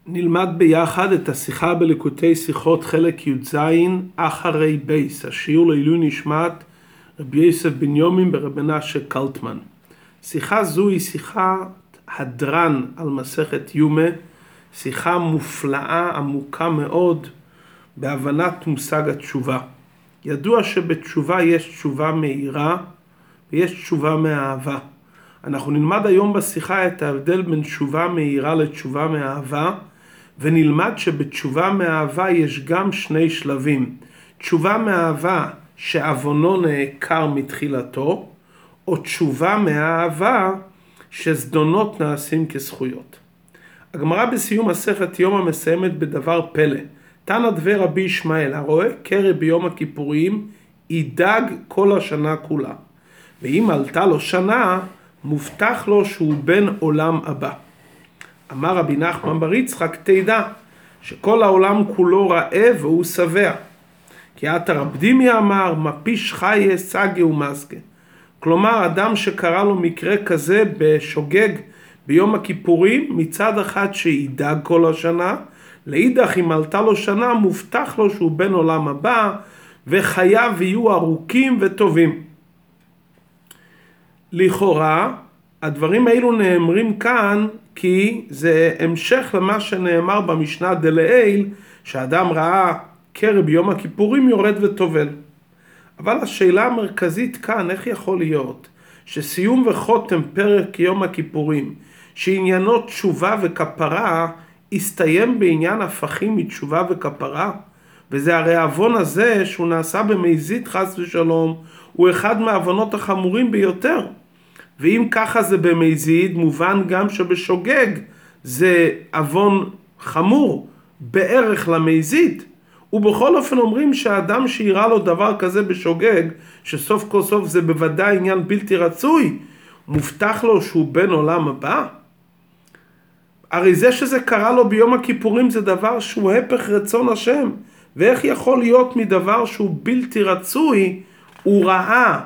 נלמד ביחד את השיחה בליקוטי שיחות חלק י"ז אחרי בייס, השיעור לעילוי נשמת רבי יוסף בנימין ברבי מנשה קלטמן. שיחה זו היא שיחה הדרן על מסכת יומא, שיחה מופלאה, עמוקה מאוד בהבנת מושג התשובה. ידוע שבתשובה יש תשובה מהירה ויש תשובה מאהבה. אנחנו נלמד היום בשיחה את ההבדל בין תשובה מהירה לתשובה מאהבה, ונלמד שבתשובה מאהבה יש גם שני שלבים. תשובה מאהבה שעוונו נעקר מתחילתו, או תשובה מאהבה שזדונות נעשים כזכויות. הגמרא בסיום מסכת יומא מסיימת בדבר פלא. תנא דבר רבי ישמעאל, הרואה קרב ביום הכיפורים ידאג כל השנה כולה, ואם עלתה לו שנה מובטח לו שהוא בן עולם הבא. אמר רבי נחמן בר יצחק, תדע שכל העולם כולו רעב והוא שבע. כי עתה רב דימיה אמר, מפיש חיה סגה ומסגה. כלומר, אדם שקרה לו מקרה כזה בשוגג ביום הכיפורים, מצד אחד שידאג כל השנה, לאידך אם עלתה לו שנה מובטח לו שהוא בן עולם הבא, וחייו יהיו ארוכים וטובים. לכאורה, הדברים האלו נאמרים כאן כי זה המשך למה שנאמר במשנה דלעיל, שאדם ראה קרב ביום הכיפורים יורד וטובל. אבל השאלה המרכזית כאן, איך יכול להיות שסיום וחותם פרק יום הכיפורים, שעניינו תשובה וכפרה, הסתיים בעניין הפכים מתשובה וכפרה? וזה הרי העוון הזה שהוא נעשה במזיד חס ושלום, הוא אחד מהעוונות החמורים ביותר. ואם ככה זה במזיד, מובן גם שבשוגג זה עוון חמור בערך למזיד. ובכל אופן אומרים שהאדם שיראה לו דבר כזה בשוגג, שסוף כל סוף זה בוודאי עניין בלתי רצוי, מובטח לו שהוא בן עולם הבא? הרי זה שזה קרה לו ביום הכיפורים זה דבר שהוא הפך רצון השם. ואיך יכול להיות מדבר שהוא בלתי רצוי, הוא ראה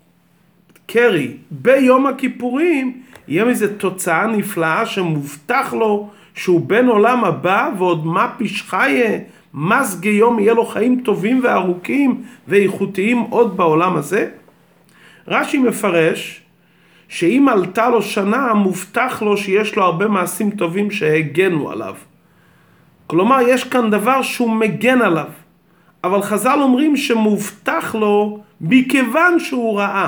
קרי ביום הכיפורים, יהיה מזה תוצאה נפלאה שמובטח לו שהוא בן עולם הבא, ועוד מפיש חיה מסגה יום, יהיה לו חיים טובים וארוכים ואיכותיים עוד בעולם הזה? רש"י מפרש שאם עלתה לו שנה מובטח לו שיש לו הרבה מעשים טובים שהגנו עליו. כלומר יש כאן דבר שהוא מגן עליו, אבל חז"ל אומרים שמובטח לו מכיוון שהוא ראה.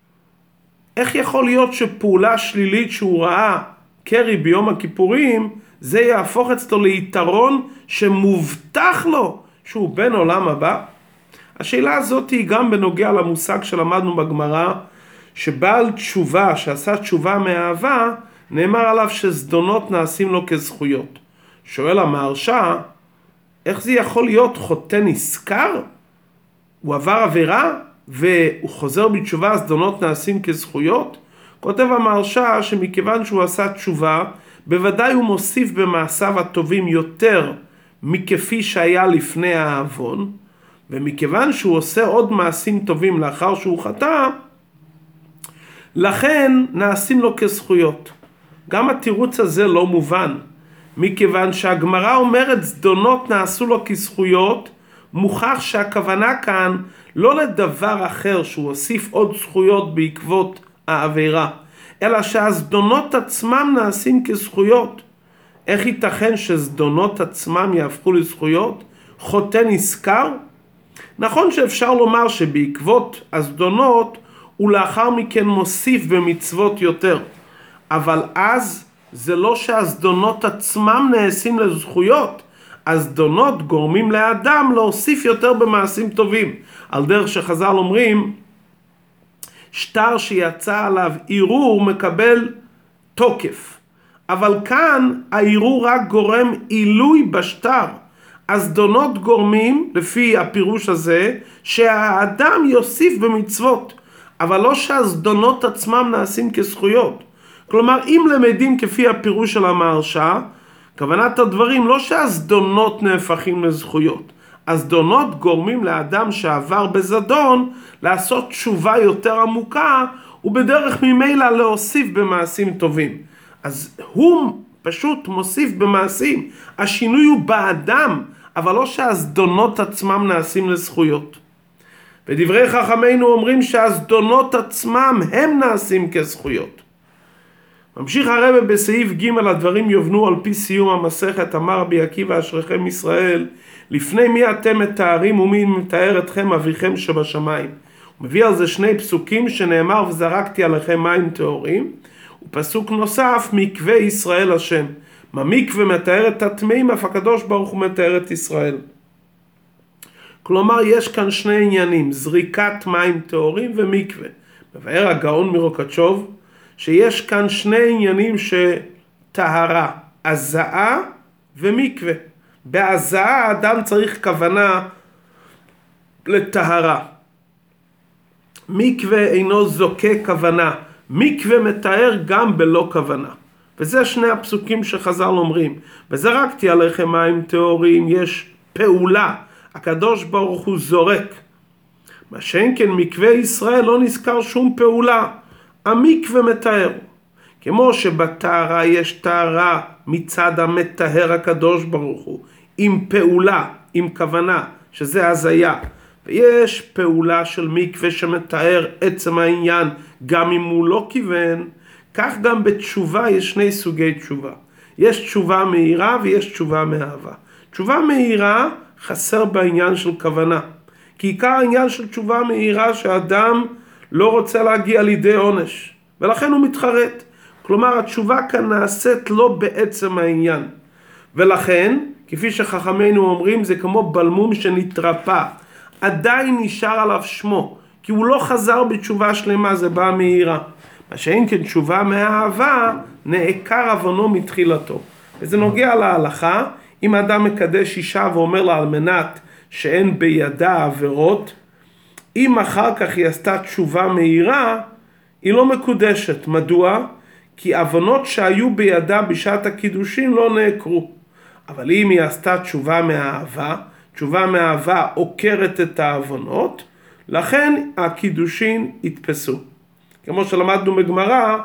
איך יכול להיות שפעולה שלילית שהוא ראה קרי ביום הכיפורים, זה יהפוך אצלו ליתרון שמובטח לו שהוא בן עולם הבא? השאלה הזאת היא גם בנוגע למושג שלמדנו בגמרא, שבעל תשובה שעשה תשובה מאהבה, נאמר עליו שזדונות נעשים לו כזכויות. שואל המהרש"א, איך זה יכול להיות חוטא נזכר? הוא עבר עבירה והוא חוזר בתשובה, זדונות נעשים כזכויות? כותב המהרש"א שמכיוון שהוא עשה תשובה, בוודאי הוא מוסיף במעשיו הטובים יותר מכפי שהיה לפני העוון, ומכיוון שהוא עושה עוד מעשים טובים לאחר שהוא חטא, לכן נעשים לו כזכויות. גם התירוץ הזה לא מובן, מכיוון שהגמרא אומרת זדונות נעשו לו כזכויות, מוכח שהכוונה כאן לא לדבר אחר שהוא הוסיף עוד זכויות בעקבות העבירה, אלא שהזדונות עצמם נעשים כזכויות. איך ייתכן שזדונות עצמם יהפכו לזכויות? חוטא נזכר? נכון שאפשר לומר שבעקבות הזדונות הוא לאחר מכן מוסיף במצוות יותר, אבל אז זה לא שהזדונות עצמם נעשים לזכויות. הזדונות גורמים לאדם להוסיף יותר במעשים טובים, על דרך שחז"ל אומרים שטר שיצא עליו ערעור מקבל תוקף, אבל כאן הערעור רק גורם עילוי בשטר. הזדונות גורמים לפי הפירוש הזה שהאדם יוסיף במצוות, אבל לא שהזדונות עצמם נעשים כזכויות. כלומר, אם למדים כפי הפירוש של המהרש"א, כוונת הדברים לא שהזדונות נהפכים לזכויות. הזדונות גורמים לאדם שעבר בזדון לעשות תשובה יותר עמוקה, ובדרך ממילא להוסיף במעשים טובים. אז הוא פשוט מוסיף במעשים. השינוי הוא באדם, אבל לא שהזדונות עצמם נעשים לזכויות. ודברי חכמינו אומרים שהזדונות עצמם הם נעשים כזכויות. ממשיך הרב בסעיף ג' הדברים יובנו על פי סיום המסכת. אמר רבי עקיבא אשריכם ישראל, לפני מי אתם מתארים ומי מתאר אתכם אביכם שבשמיים. הוא מביא על זה שני פסוקים שנאמר וזרקתי עליכם מים טהורים, ופסוק נוסף מקווה ישראל השם. מה מקווה מתאר את הטמאים, אף הקדוש ברוך הוא מתאר את ישראל. כלומר יש כאן שני עניינים, זריקת מים טהורים ומקווה. מבאר הגאון מרוקצ'וב שיש כאן שני עניינים שטהרה, הזעה ומקווה. בהזעה האדם צריך כוונה לטהרה. מקווה אינו זוקה כוונה, מקווה מתאר גם בלא כוונה. וזה שני הפסוקים שחז"ל אומרים. וזרקתי עליכם מים טהורים, יש פעולה, הקדוש ברוך הוא זורק. מה שאין כן מקווה ישראל לא נזכר שום פעולה, המקווה מתאר. כמו שבטהרה יש טהרה מצד המטהר הקדוש ברוך הוא, עם פעולה, עם כוונה, שזה הזיה. ויש פעולה של מקווה שמתאר עצם העניין, גם אם הוא לא כיוון. כך גם בתשובה יש שני סוגי תשובה. יש תשובה מהירה ויש תשובה מאהבה. תשובה מהירה חסר בעניין של כוונה. כי עיקר העניין של תשובה מהירה שאדם לא רוצה להגיע לידי עונש, ולכן הוא מתחרט. כלומר התשובה כאן נעשית לא בעצם העניין. ולכן, כפי שחכמינו אומרים, זה כמו בלמום שנתרפא. עדיין נשאר עליו שמו, כי הוא לא חזר בתשובה שלמה, זה בא מהירה. מה שאין כן תשובה מהאהבה, נעקר עוונו מתחילתו. וזה נוגע להלכה, אם אדם מקדש אישה ואומר לה על מנת שאין בידה עבירות, אם אחר כך היא עשתה תשובה מהירה, היא לא מקודשת. מדוע? כי עוונות שהיו בידה בשעת הקידושין לא נעקרו. אבל אם היא עשתה תשובה מהאהבה, תשובה מהאהבה עוקרת את העוונות, לכן הקידושין יתפסו. כמו שלמדנו בגמרא,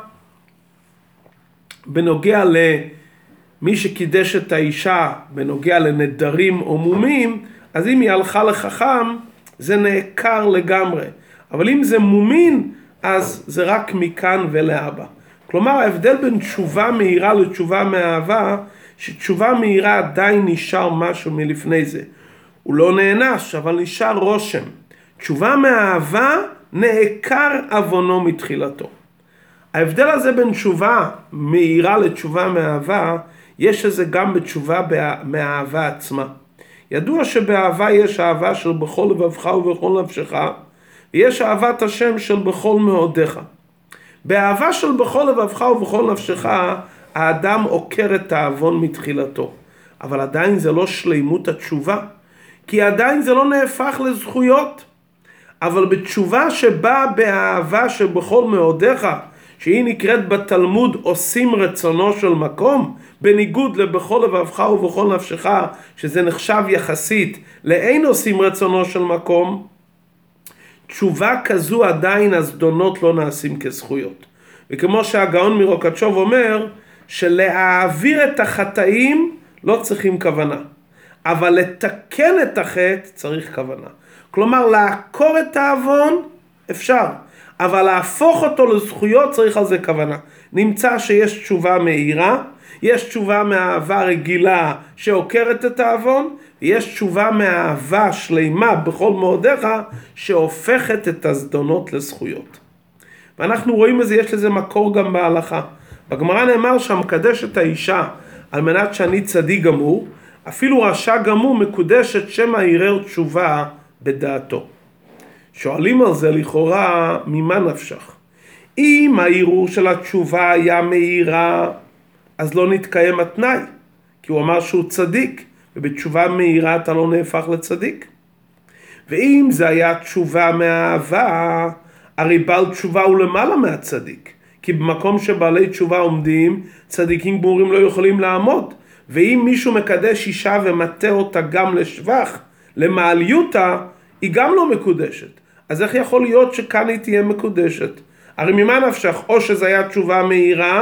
בנוגע למי שקידש את האישה, בנוגע לנדרים או מומים, אז אם היא הלכה לחכם, זה נעקר לגמרי. אבל אם זה מומין, אז זה רק מכאן ולהבא. כלומר, ההבדל בין תשובה מהירה לתשובה מאהבה, שתשובה מהירה עדיין נשאר משהו מלפני זה. הוא לא נענש, אבל נשאר רושם. תשובה מאהבה נעקר עוונו מתחילתו. ההבדל הזה בין תשובה מהירה לתשובה מאהבה, יש לזה גם בתשובה מאהבה עצמה. ידוע שבאהבה יש אהבה של בכל לבבך ובכל נפשך, ויש אהבת השם של בכל מאודיך. באהבה של בכל לבבך ובכל נפשך, האדם עוקר את העוון מתחילתו. אבל עדיין זה לא שלימות התשובה, כי עדיין זה לא נהפך לזכויות. אבל בתשובה שבאה באהבה שבכל מאודיך, שהיא נקראת בתלמוד עושים רצונו של מקום, בניגוד לבכל לבבך ובכל נפשך, שזה נחשב יחסית לאין עושים רצונו של מקום, תשובה כזו עדיין הזדונות לא נעשים כזכויות. וכמו שהגאון מרוקצ'וב אומר, שלהעביר את החטאים לא צריכים כוונה, אבל לתקן את החטא צריך כוונה. כלומר, לעקור את העוון אפשר, אבל להפוך אותו לזכויות צריך על זה כוונה. נמצא שיש תשובה מהירה, יש תשובה מאהבה רגילה שעוקרת את העוון, ויש תשובה מאהבה שלמה בכל מאודיך שהופכת את הזדונות לזכויות. ואנחנו רואים איזה, יש לזה מקור גם בהלכה. בגמרא נאמר שהמקדש את האישה על מנת שאני צדיק גמור, אפילו רשע גמור מקודשת שמא ירר תשובה בדעתו. שואלים על זה לכאורה, ממה נפשך? אם הערעור של התשובה היה מהירה, אז לא נתקיים התנאי, כי הוא אמר שהוא צדיק, ובתשובה מהירה אתה לא נהפך לצדיק. ואם זה היה תשובה מהאהבה, הרי בעל תשובה הוא למעלה מהצדיק, כי במקום שבעלי תשובה עומדים, צדיקים גמורים לא יכולים לעמוד. ואם מישהו מקדש אישה ומטה אותה גם לשבח, למעליותה, היא גם לא מקודשת. אז איך יכול להיות שכאן היא תהיה מקודשת? הרי ממה נפשך? או שזה היה תשובה מהירה,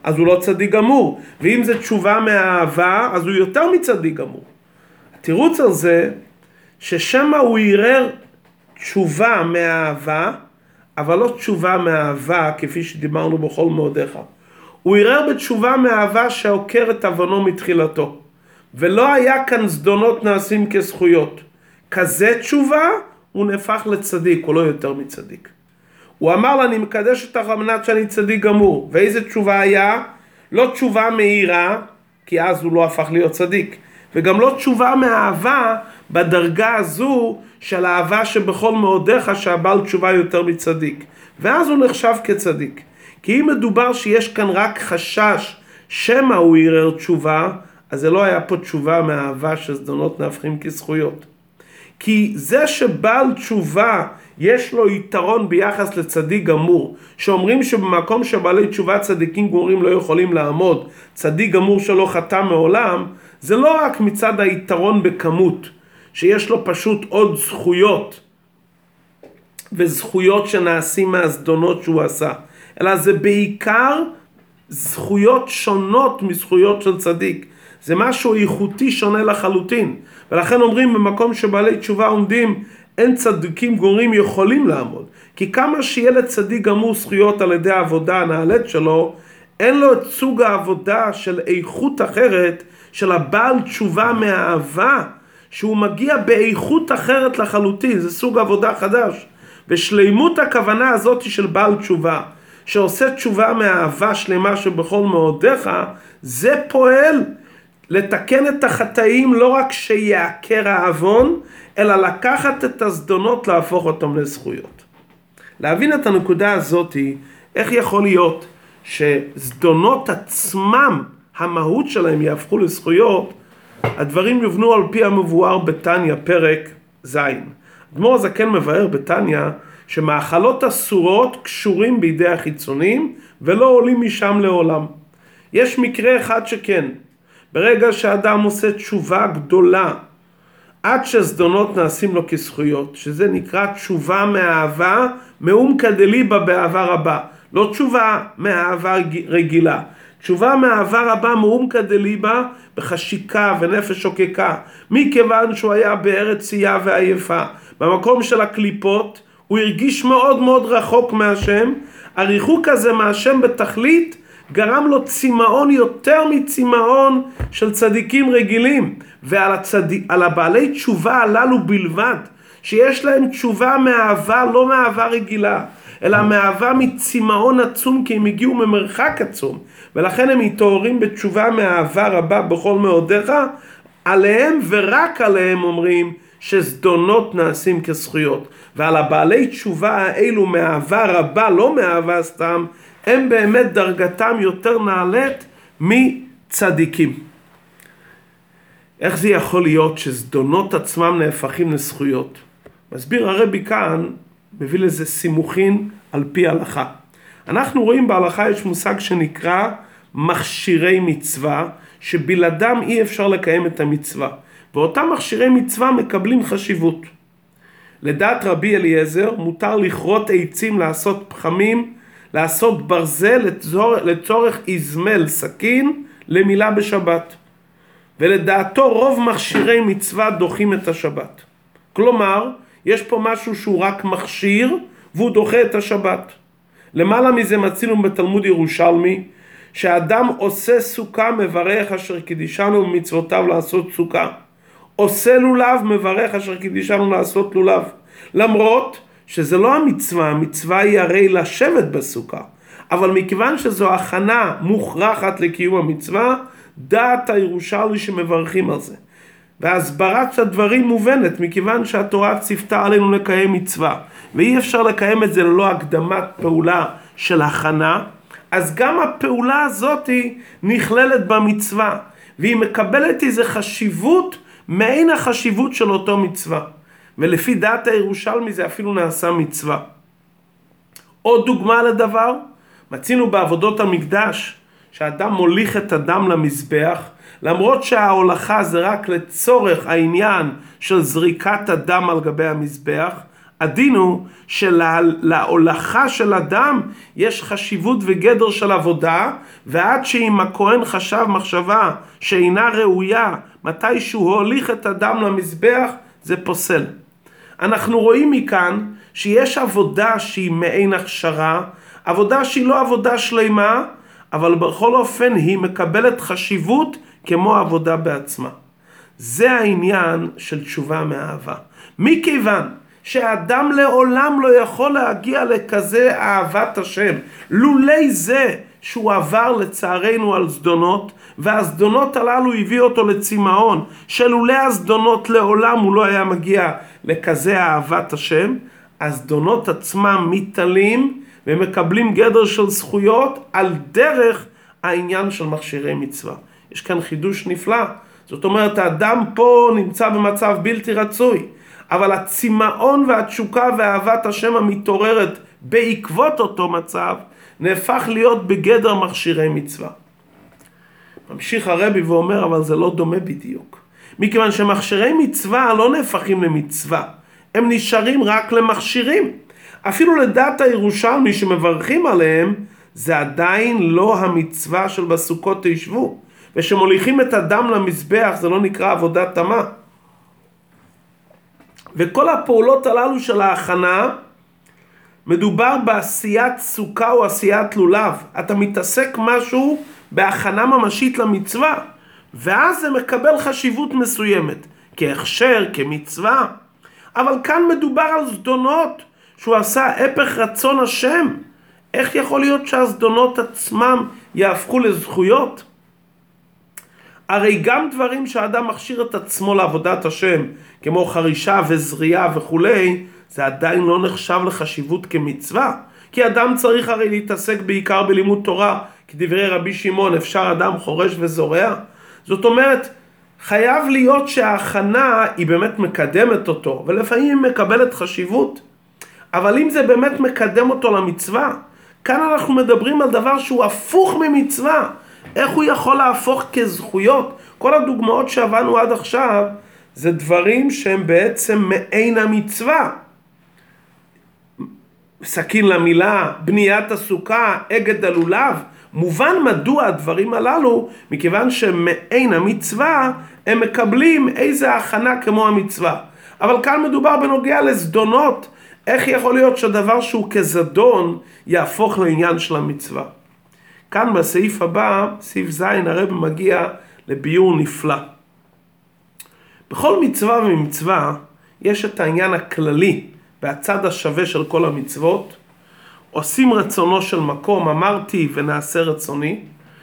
אז הוא לא צדיק גמור. ואם זה תשובה מהאהבה, אז הוא יותר מצדיק גמור. התירוץ על זה, ששמה הוא ערער תשובה מהאהבה, אבל לא תשובה מהאהבה כפי שדיברנו בכל מאודיך. הוא ערער בתשובה מהאהבה שעוקר את עוונו מתחילתו. ולא היה כאן זדונות נעשים כזכויות. כזה תשובה הוא נהפך לצדיק, הוא לא יותר מצדיק. הוא אמר לה, אני מקדש אותך על מנת שאני צדיק גמור. ואיזה תשובה היה? לא תשובה מהירה, כי אז הוא לא הפך להיות צדיק. וגם לא תשובה מהאהבה בדרגה הזו של האהבה שבכל מאודיך שהבעל תשובה יותר מצדיק. ואז הוא נחשב כצדיק. כי אם מדובר שיש כאן רק חשש שמה הוא ערער תשובה, אז זה לא היה פה תשובה מהאהבה שזדונות נהפכים כזכויות. כי זה שבעל תשובה יש לו יתרון ביחס לצדיק גמור, שאומרים שבמקום שבעלי תשובה צדיקים גמורים לא יכולים לעמוד, צדיק גמור שלא חטא מעולם, זה לא רק מצד היתרון בכמות, שיש לו פשוט עוד זכויות, וזכויות שנעשים מהזדונות שהוא עשה, אלא זה בעיקר זכויות שונות מזכויות של צדיק. זה משהו איכותי שונה לחלוטין. ולכן אומרים במקום שבעלי תשובה עומדים, אין צדיקים גמורים יכולים לעמוד. כי כמה שיהיה לצדיק גמור זכויות על ידי העבודה הנעלית שלו, אין לו את סוג העבודה של איכות אחרת, של הבעל תשובה מהאהבה, שהוא מגיע באיכות אחרת לחלוטין. זה סוג עבודה חדש. ושלימות הכוונה הזאת של בעל תשובה, שעושה תשובה מהאהבה שלמה שבכל מאודיך, זה פועל לתקן את החטאים, לא רק שיעקר העוון, אלא לקחת את הזדונות להפוך אותם לזכויות. להבין את הנקודה הזאת, איך יכול להיות שזדונות עצמם, המהות שלהם יהפכו לזכויות, הדברים יובנו על פי המבואר בתניא פרק ז'. אדמו"ר הזקן מבאר בתניא שמאכלות אסורות קשורים בידי החיצונים ולא עולים משם לעולם. יש מקרה אחד שכן, ברגע שאדם עושה תשובה גדולה, עד שזדונות נעשים לו כזכויות, שזה נקרא תשובה מהאהבה, מאומקא דליבא באהבה רבה. לא תשובה מהאהבה רגילה, תשובה מהאהבה רבה מאומקא דליבא בחשיקה ונפש שוקקה, מכיוון שהוא היה בארץ צייה ועייפה, במקום של הקליפות, הוא הרגיש מאוד מאוד רחוק מהשם. הריחוק הזה מהשם בתכלית גרם לו צמאון יותר מצמאון של צדיקים רגילים. ועל הבעלי תשובה הללו בלבד, שיש להם תשובה מאהבה, לא מאהבה רגילה, אלא מאהבה מצמאון עצום, כי הם הגיעו ממרחק עצום, ולכן הם מתעוררים בתשובה מאהבה רבה בכל מאודיך. עליהם ורק עליהם אומרים שזדונות נעשים כזכויות. ועל הבעלי תשובה האלו מאהבה רבה, לא מאהבה סתם, הם באמת דרגתם יותר נעלית מצדיקים. איך זה יכול להיות שזדונות עצמם נהפכים לזכויות? מסביר הרבי כאן, מביא לזה סימוכין על פי הלכה. אנחנו רואים בהלכה יש מושג שנקרא מכשירי מצווה, שבלעדם אי אפשר לקיים את המצווה. ואותם מכשירי מצווה מקבלים חשיבות. לדעת רבי אליעזר מותר לכרות עצים, לעשות פחמים, לעשות ברזל לצורך איזמל סכין למילה בשבת. ולדעתו רוב מכשירי מצווה דוחים את השבת. כלומר, יש פה משהו שהוא רק מכשיר והוא דוחה את השבת. למעלה מזה מצינו בתלמוד ירושלמי, שאדם עושה סוכה מברך אשר קידישנו במצוותיו לעשות סוכה. עושה לולב מברך אשר קידישנו לעשות לולב. למרות שזה לא המצווה, המצווה היא הרי לשבת בסוכה. אבל מכיוון שזו הכנה מוכרחת לקיום המצווה, דעת הירושלמי שמברכים על זה. והסברת הדברים מובנת, מכיוון שהתורה ציוותה עלינו לקיים מצווה, ואי אפשר לקיים את זה ללא הקדמת פעולה של הכנה, אז גם הפעולה הזאת נכללת במצווה, והיא מקבלת איזו חשיבות מעין החשיבות של אותו מצווה. ולפי דעת הירושלמי זה אפילו נעשה מצווה. עוד דוגמה לדבר, מצינו בעבודות המקדש, שאדם מוליך את הדם למזבח, למרות שההולכה זה רק לצורך העניין של זריקת הדם על גבי המזבח, הדין הוא שלהולכה של אדם יש חשיבות וגדר של עבודה, ועד שאם הכהן חשב מחשבה שאינה ראויה מתי שהוא הוליך את הדם למזבח, זה פוסל. אנחנו רואים מכאן שיש עבודה שהיא מעין הכשרה, עבודה שהיא לא עבודה שלמה, אבל בכל אופן היא מקבלת חשיבות כמו עבודה בעצמה. זה העניין של תשובה מאהבה. מכיוון שהאדם לעולם לא יכול להגיע לכזה אהבת השם, לולי זה שהוא עבר לצערנו על זדונות, והזדונות הללו הביא אותו לצמאון, שלולי הזדונות לעולם הוא לא היה מגיע לכזה אהבת השם, הזדונות עצמם מתעלים ומקבלים גדר של זכויות על דרך העניין של מכשירי מצווה. יש כאן חידוש נפלא. זאת אומרת, האדם פה נמצא במצב בלתי רצוי, אבל הצמאון והתשוקה ואהבת השם המתעוררת בעקבות אותו מצב, נהפך להיות בגדר מכשירי מצווה. ממשיך הרבי ואומר, אבל זה לא דומה בדיוק. מכיוון שמכשירי מצווה לא נהפכים למצווה, הם נשארים רק למכשירים. אפילו לדעת הירושלמי שמברכים עליהם, זה עדיין לא המצווה של בסוכות תשבו. ושמוליכים את הדם למזבח זה לא נקרא עבודת תמה. וכל הפעולות הללו של ההכנה, מדובר בעשיית סוכה או עשיית לולב. אתה מתעסק משהו בהכנה ממשית למצווה, ואז זה מקבל חשיבות מסוימת, כהכשר, כמצווה. אבל כאן מדובר על זדונות, שהוא עשה הפך רצון השם. איך יכול להיות שהזדונות עצמם יהפכו לזכויות? הרי גם דברים שהאדם מכשיר את עצמו לעבודת השם, כמו חרישה וזריעה וכולי, זה עדיין לא נחשב לחשיבות כמצווה. כי אדם צריך הרי להתעסק בעיקר בלימוד תורה, כדברי רבי שמעון, אפשר אדם חורש וזורע. זאת אומרת, חייב להיות שההכנה היא באמת מקדמת אותו, ולפעמים היא מקבלת חשיבות. אבל אם זה באמת מקדם אותו למצווה, כאן אנחנו מדברים על דבר שהוא הפוך ממצווה. איך הוא יכול להפוך כזכויות? כל הדוגמאות שעבדנו עד עכשיו, זה דברים שהם בעצם מעין המצווה. סכין למילה, בניית הסוכה, אגד הלולב. מובן מדוע הדברים הללו, מכיוון שמעין המצווה, הם מקבלים איזה הכנה כמו המצווה. אבל כאן מדובר בנוגע לזדונות. איך יכול להיות שדבר שהוא כזדון יהפוך לעניין של המצווה? כאן בסעיף הבא, סעיף זין, הרב מגיע לביור נפלא. בכל מצווה ומצווה יש את העניין הכללי והצד השווה של כל המצוות. עושים רצונו של מקום, אמרתי ונעשה רצוני.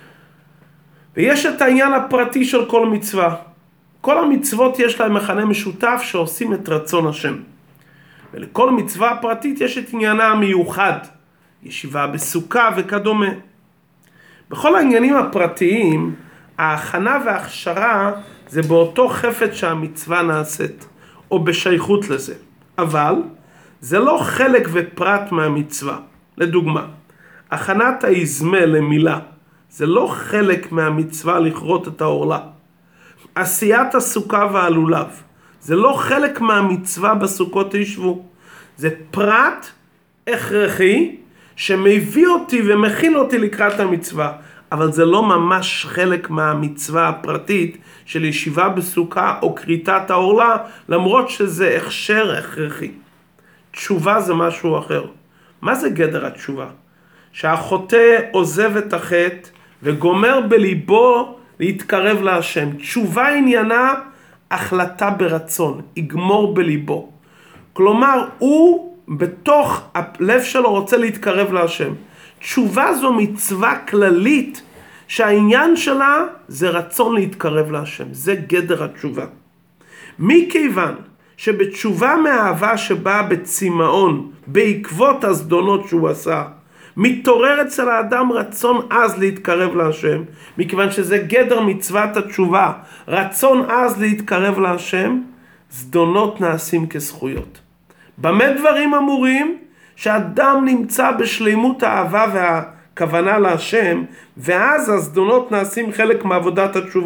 ויש את העניין הפרטי של כל מצווה. כל המצוות יש להם מכנה משותף שעושים את רצון השם. ולכל מצווה פרטית יש את עניינה המיוחד, ישיבה בסוכה וכדומה. בכל העניינים הפרטיים, ההכנה וההכשרה זה באותו חפץ שהמצווה נעשית, או בשייכות לזה. אבל זה לא חלק ופרט מהמצווה. לדוגמה, הכנת היזמה למילה, זה לא חלק מהמצווה לכרות את העורלה. עשיית הסוכה והלולב, זה לא חלק מהמצווה בסוכות תשבו. זה פרט הכרחי שמביא אותי ומכין אותי לקראת המצווה. אבל זה לא ממש חלק מהמצווה הפרטית של ישיבה בסוכה או כריתת העורלה, למרות שזה הכשר הכרחי. תשובה זה משהו אחר. מה זה גדר התשובה? שהחוטא עוזב את החטא וגומר בליבו להתקרב להשם. תשובה עניינה החלטה ברצון, יגמור בליבו. כלומר, הוא בתוך הלב שלו רוצה להתקרב להשם. תשובה זו מצווה כללית שהעניין שלה זה רצון להתקרב להשם. זה גדר התשובה. מכיוון שבתשובה מאהבה שבאה בצמאון בעקבות הזדונות שהוא עשה, מתעורר אצל האדם רצון עז להתקרב להשם, מכיוון שזה גדר מצוות התשובה, רצון עז להתקרב להשם, זדונות נעשים כזכויות. במה דברים אמורים? שאדם נמצא בשלימות האהבה והכוונה להשם, ואז הזדונות נעשים חלק מעבודת התשובה.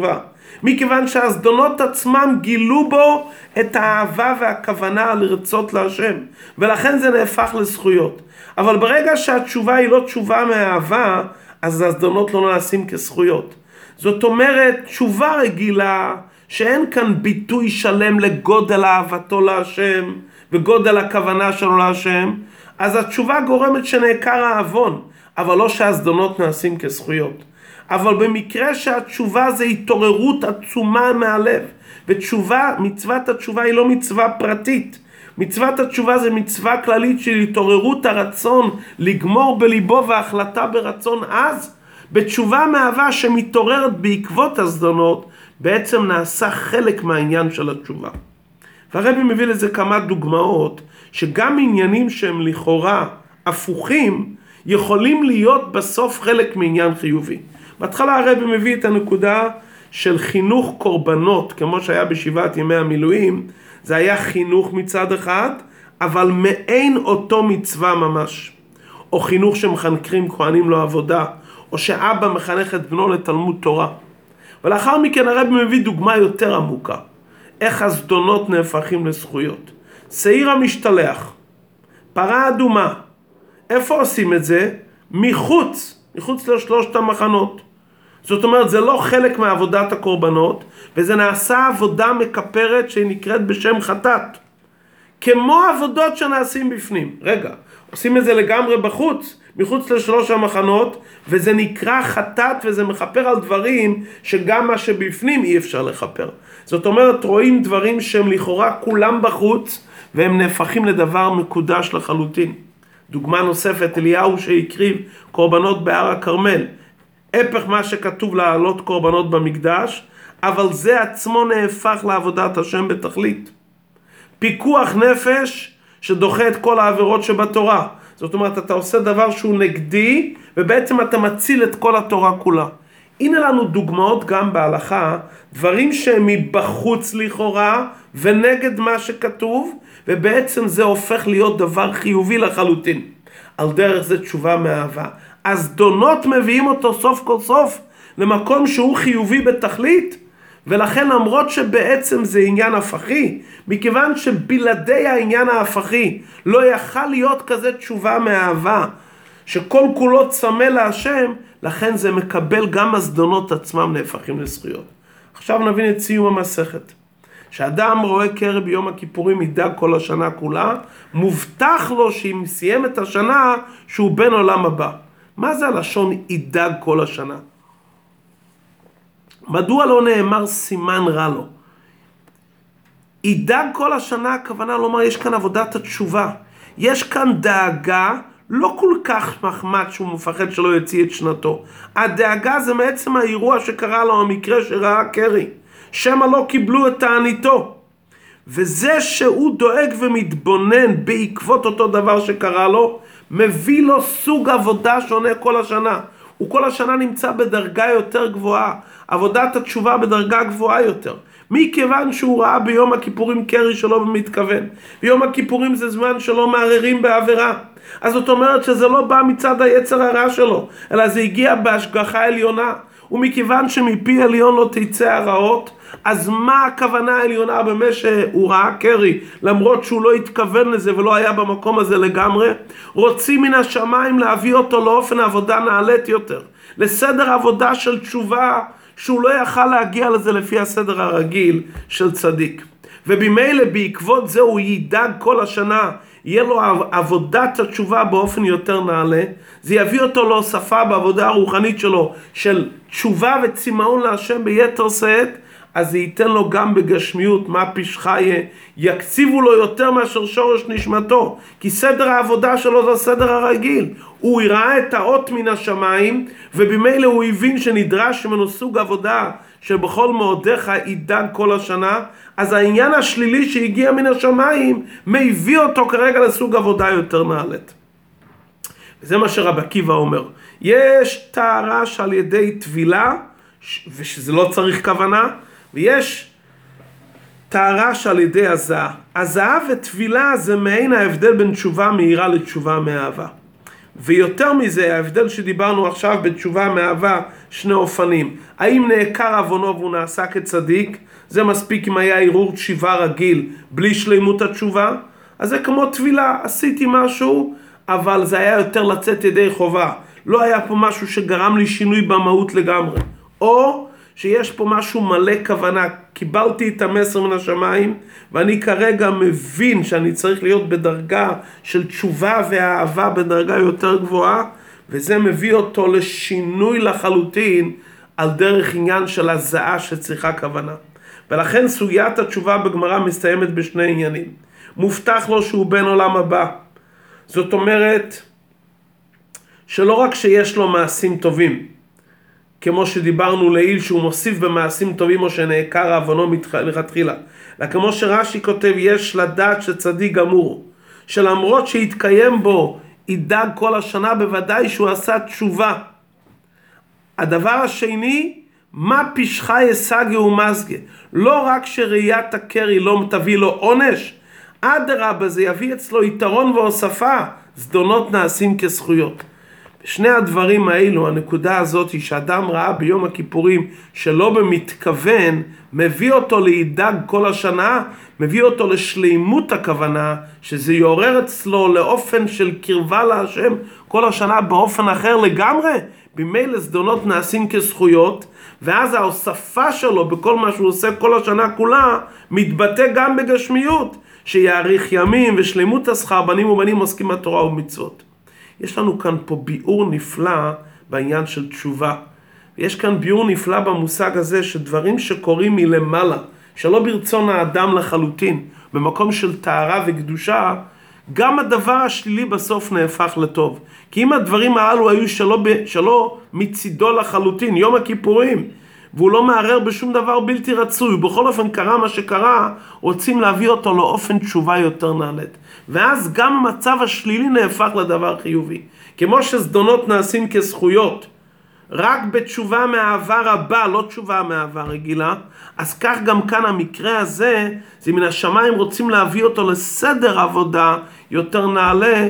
מכיוון שהזדונות עצמם גילו בו את האהבה והכוונה לרצות להשם, ולכן זה נהפך לזכויות. אבל ברגע שהתשובה היא לא תשובה מהאהבה, אז הזדונות לא נעשים כזכויות. זאת אומרת, תשובה רגילה, שאין כאן ביטוי שלם לגודל אהבתו להשם, וגודל הכוונה שלו להשם, אז התשובה גורמת שנעקר העוון, אבל לא שהזדונות נעשים כזכויות. אבל במקרה שהתשובה זה התעוררות עצומה מהלב, ותשובה, מצוות התשובה היא לא מצווה פרטית, מצוות התשובה זה מצווה כללית של התעוררות הרצון לגמור בליבו והחלטה ברצון אז, בתשובה מאהבה שמתעוררת בעקבות הזדונות, בעצם נעשה חלק מהעניין של התשובה. והרבי מביא לזה כמה דוגמאות, שגם עניינים שהם לכאורה הפוכים, יכולים להיות בסוף חלק מעניין חיובי. בהתחלה הרבי מביא את הנקודה של חינוך קורבנות, כמו שהיה בשבעת ימי המילואים, זה היה חינוך מצד אחד, אבל מעין אותו מצווה ממש. או חינוך שמחנכים כהנים לו עבודה, או שאבא מחנך את בנו לתלמוד תורה. ולאחר מכן הרבי מביא דוגמה יותר עמוקה, איך הזדונות נהפכים לזכויות. שעיר המשתלח, פרה אדומה, איפה עושים את זה? מחוץ לשלושת המחנות. זאת אומרת, זה לא חלק מעבודת הקורבנות, וזה נעשה עבודה מקפרת שהיא נקראת בשם חטאת. כמו עבודות שנעשים בפנים. רגע, עושים את זה לגמרי בחוץ, מחוץ לשלוש המחנות, וזה נקרא חטאת, וזה מחפר על דברים שגם מה שבפנים אי אפשר לחפר. זאת אומרת, רואים דברים שהם לכאורה כולם בחוץ, והם נהפכים לדבר מקודש לחלוטין. דוגמה נוספת, אליהו שהקריב קורבנות בהר הכרמל. הפך מה שכתוב להעלות קורבנות במקדש, אבל זה עצמו נהפך לעבודת השם בתכלית. פיקוח נפש שדוחה את כל העבירות שבתורה. זאת אומרת, אתה עושה דבר שהוא נגדי, ובעצם אתה מציל את כל התורה כולה. הנה לנו דוגמאות גם בהלכה, דברים שהם מבחוץ לכאורה, ונגד מה שכתוב, ובעצם זה הופך להיות דבר חיובי לחלוטין. על דרך זה תשובה מאהבה. הזדונות מביאים אותו סוף כל סוף למקום שהוא חיובי בתכלית, ולכן למרות שבעצם זה עניין הפכי, מכיוון שבלעדי העניין ההפכי לא יכל להיות כזה תשובה מאהבה, שכל כולו צמא להשם, לכן זה מקבל גם הזדונות עצמם נהפכים לזכויות. עכשיו נבין את סיום המסכת. שאדם רואה קרב ביום הכיפורים ידאג כל השנה כולה, מובטח לו שאם סיים את השנה שהוא בן עולם הבא. מה זה הלשון ידאג כל השנה? מדוע לא נאמר סימן רע לו? ידאג כל השנה, הכוונה לומר יש כאן עבודת התשובה. יש כאן דאגה, לא כל כך מחמד שהוא מפחד שלא יוציא את שנתו. הדאגה זה בעצם האירוע שקרה לו, המקרה שראה קרי. שמה לא קיבלו את תעניתו. וזה שהוא דואג ומתבונן בעקבות אותו דבר שקרה לו, מביא לו סוג עבודה שונה כל השנה. הוא כל השנה נמצא בדרגה יותר גבוהה, עבודת התשובה בדרגה גבוהה יותר. מכיוון שהוא ראה ביום הכיפורים קרי שלא במתכוון. ביום הכיפורים זה זמן שלא מערערים בעבירה. אז זאת אומרת שזה לא בא מצד היצר הרע שלו, אלא זה הגיע בהשגחה עליונה. ומכיוון שמפי עליון לא תצא הרעות, אז מה הכוונה העליונה במה שהוא ראה קרי, למרות שהוא לא התכוון לזה ולא היה במקום הזה לגמרי? רוצים מן השמיים להביא אותו לאופן עבודה נעלית יותר, לסדר עבודה של תשובה, שהוא לא יכל להגיע לזה לפי הסדר הרגיל של צדיק. ובמילא בעקבות זה הוא ידאג כל השנה, יהיה לו עבודת התשובה באופן יותר נעלה, זה יביא אותו להוספה בעבודה הרוחנית שלו, של תשובה וצימאון להשם ביתר שאת, אז זה ייתן לו גם בגשמיות, מה פשחיה, יקציבו לו יותר מאשר שורש נשמתו, כי סדר העבודה שלו זה הסדר הרגיל. הוא יראה את האות מן השמיים, ובמילא הוא הבין שנדרש ממנו סוג עבודה, שבכל מאודיך ידאג כל השנה, אז העניין השלילי שהגיע מן השמיים, מביא אותו כרגע לסוג עבודה יותר נעלית. וזה מה שרב עקיבא אומר. יש טהרה על ידי טבילה, ושזה לא צריך כוונה, ויש טהרה על ידי הזעה. הזעה וטבילה זה מעין ההבדל בין תשובה מהירה לתשובה מאהבה. ויותר מזה, ההבדל שדיברנו עכשיו בתשובה מאהבה, שני אופנים. האם נעקר עוונו והוא נעשה כצדיק? זה מספיק אם היה ערעור תשיבה רגיל, בלי שלמות התשובה. אז זה כמו תפילה, עשיתי משהו, אבל זה היה יותר לצאת ידי חובה. לא היה פה משהו שגרם לי שינוי במהות לגמרי. או שיש פה משהו מלא כוונה, קיבלתי את המסר מן השמיים, ואני כרגע מבין שאני צריך להיות בדרגה של תשובה והאהבה בדרגה יותר גבוהה, וזה מביא אותו לשינוי לחלוטין על דרך עניין של הזעה שצריכה כוונה. ולכן סוגיית התשובה בגמרא מסתיימת בשני עניינים. מובטח לו שהוא בן עולם הבא. זאת אומרת שלא רק שיש לו מעשים טובים, כמו שדיברנו לעיל שהוא מוסיף במעשים טובים או שנעקר עוונו מלכתחילה, אלא כמו שרש"י כותב, יש לדעת שצדיק גמור, שלמרות שהתקיים בו ידאג כל השנה, בוודאי שהוא עשה תשובה. הדבר השני, מה פשחה יסגה ומסגה, לא רק שראיית הקרי לא תביא לו עונש, אדרבה, זה יביא אצלו יתרון והוספה, זדונות נעשים כזכויות. בשני הדברים האלו, הנקודה הזאת היא שאדם ראה ביום הכיפורים שלא במתכוון, מביא אותו להידג כל השנה, מביא אותו לשלימות הכוונה, שזה יעורר אצלו לאופן של קרבה להשם כל השנה באופן אחר לגמרי. במילא זדונות נעשים כזכויות, ואז ההוספה שלו בכל מה שהוא עושה כל השנה כולה, מתבטא גם בגשמיות, שיאריך ימים ושלימות השכר, בנים ובנים עוסקים בתורה ומצוות. יש לנו כאן פה ביאור נפלא בעניין של תשובה. יש כאן ביאור נפלא במושג הזה שדברים שקורים מלמעלה, שלא ברצון האדם לחלוטין, במקום של טהרה וקדושה, גם הדבר השלילי בסוף נהפך לטוב. כי אם הדברים האלו היו שלא מצידו לחלוטין, יום הכיפורים, והוא לא מערער בשום דבר בלתי רצוי, בכל אופן קרה מה שקרה, רוצים להביא אותו לאופן תשובה יותר נעלית. ואז גם המצב השלילי נהפך לדבר חיובי. כמו שזדונות נעשים כזכויות, רק בתשובה מהעבר הבא, לא תשובה מהעבר רגילה, אז כך גם כאן המקרה הזה, זה מן השמיים רוצים להביא אותו לסדר עבודה יותר נעלה,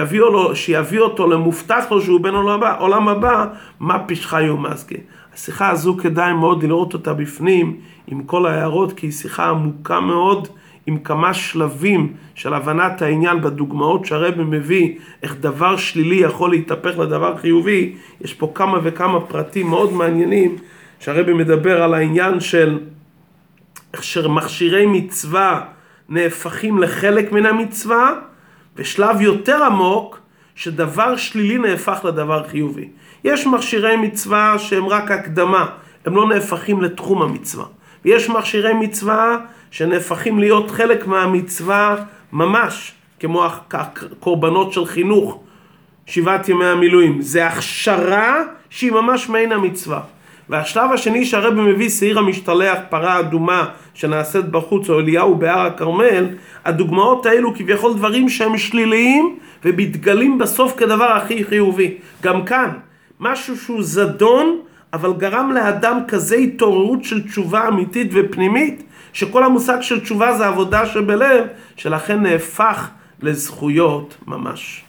שיביא אותו למובטח לו שהוא בן עולם הבא, מה פשחה ומסגה. השיחה הזו כדאי מאוד לראות אותה בפנים עם כל ההערות, כי היא שיחה עמוקה מאוד, עם כמה שלבים של הבנת העניין בדוגמאות שהרבי מביא, איך דבר שלילי יכול להתהפך לדבר חיובי. יש פה כמה וכמה פרטים מאוד מעניינים, שהרבי מדבר על העניין של איך שמכשירי מצווה נהפכים לחלק מן המצווה, ושלב יותר עמוק, שדבר שלילי נהפך לדבר חיובי. יש מכשירי מצווה שהם רק הקדמה, הם לא נהפכים לתחום המצווה. ויש מכשירי מצווה שנהפכים להיות חלק מהמצווה ממש, כמו הקורבנות של חינוך, 7 ימי המילואים. זה הכשרה שהיא ממש מעין המצווה. והשלב השני שהרבי מביא, שעיר המשתלח, פרה אדומה שנעשית בחוץ, או אליהו בהר הכרמל, הדוגמאות האלו כביכול דברים שהם שליליים ומתגלים בסוף כדבר הכי חיובי. גם כאן, משהו שהוא זדון, אבל גרם לאדם כזה התעוררות של תשובה אמיתית ופנימית, שכל המושג של תשובה זה עבודה שבלב, שלכן נהפך לזכויות ממש.